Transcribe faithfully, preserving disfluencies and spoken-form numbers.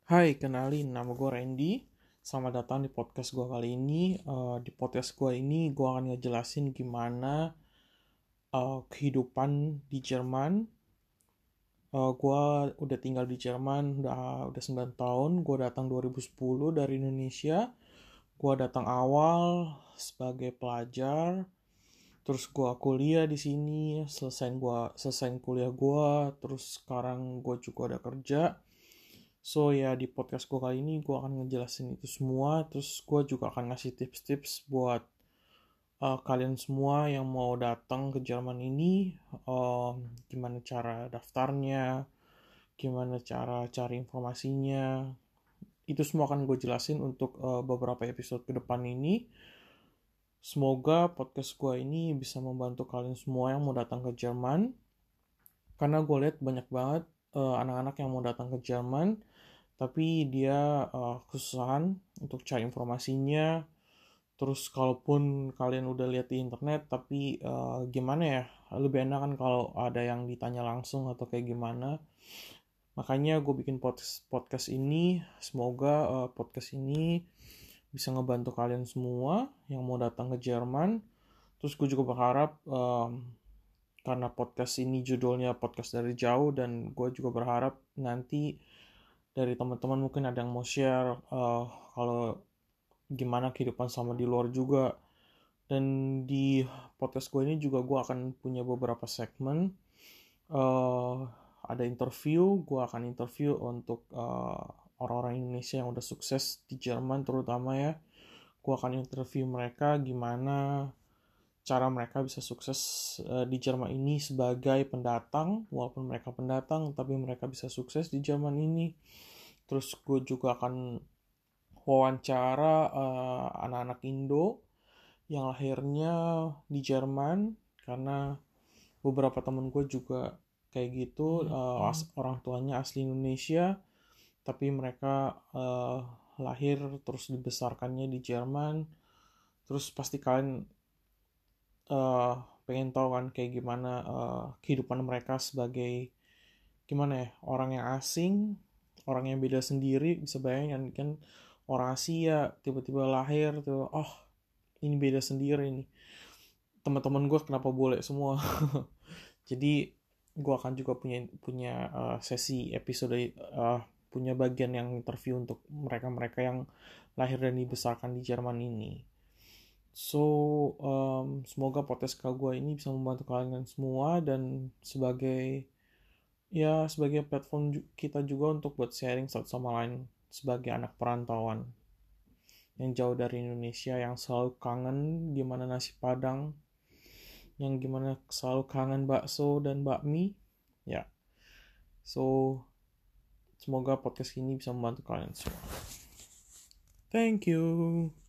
Hai, kenalin nama gue Randy. Selamat datang di podcast gue kali ini. Eh, di podcast gue ini gue akan ngejelasin gimana eh, kehidupan di Jerman. Eh, gue udah tinggal di Jerman udah udah sembilan tahun. Gue datang dua ribu sepuluh dari Indonesia. Gue datang awal sebagai pelajar. Terus gue kuliah di sini. Selesai gue selesai kuliah gue. Terus sekarang gue juga udah kerja. So ya di podcast gue kali ini gue akan ngejelasin itu semua. Terus gue juga akan ngasih tips-tips buat uh, kalian semua yang mau datang ke Jerman ini. um, Gimana cara daftarnya, gimana cara cari informasinya. Itu semua akan gue jelasin untuk uh, beberapa episode ke depan ini. Semoga podcast gue ini bisa membantu kalian semua yang mau datang ke Jerman. Karena gue lihat banyak banget uh, anak-anak yang mau datang ke Jerman tapi dia uh, kesusahan untuk cari informasinya. Terus kalaupun kalian udah lihat di internet tapi uh, gimana ya, lebih enak kan kalau ada yang ditanya langsung atau kayak gimana. Makanya gue bikin podcast podcast ini. Semoga uh, podcast ini bisa ngebantu kalian semua yang mau datang ke Jerman. Terus gue juga berharap um, karena podcast ini judulnya podcast dari jauh, dan gue juga berharap nanti dari teman-teman mungkin ada yang mau share uh, kalau gimana kehidupan sama di luar juga. Dan di podcast gue ini juga gue akan punya beberapa segmen. uh, ada interview, gue akan interview untuk uh, orang-orang Indonesia yang udah sukses di Jerman terutama ya. Gue akan interview mereka gimana cara mereka bisa sukses uh, di Jerman ini sebagai pendatang. Walaupun mereka pendatang tapi mereka bisa sukses di Jerman ini. Terus gue juga akan wawancara uh, anak-anak Indo yang lahirnya di Jerman, karena beberapa temen gue juga kayak gitu, uh, as- orang tuanya asli Indonesia tapi mereka uh, lahir terus dibesarkannya di Jerman. Terus pasti kalian uh, pengen tahu kan kayak gimana uh, kehidupan mereka sebagai gimana ya, orang yang asing, orang yang beda sendiri. Bisa bayangin kan, orang Asia tiba-tiba lahir tuh, oh ini beda sendiri nih, teman-teman gue kenapa boleh semua. Jadi gue akan juga punya punya uh, sesi episode, uh, punya bagian yang interview untuk mereka-mereka yang lahir dan dibesarkan di Jerman ini. So um, semoga podcast gue ini bisa membantu kalian semua, dan sebagai ya sebagai platform kita juga untuk buat sharing satu sama lain sebagai anak perantauan yang jauh dari Indonesia, yang selalu kangen gimana nasi Padang, yang gimana selalu kangen bakso dan bakmi ya. So semoga podcast ini bisa membantu kalian semua. Thank you.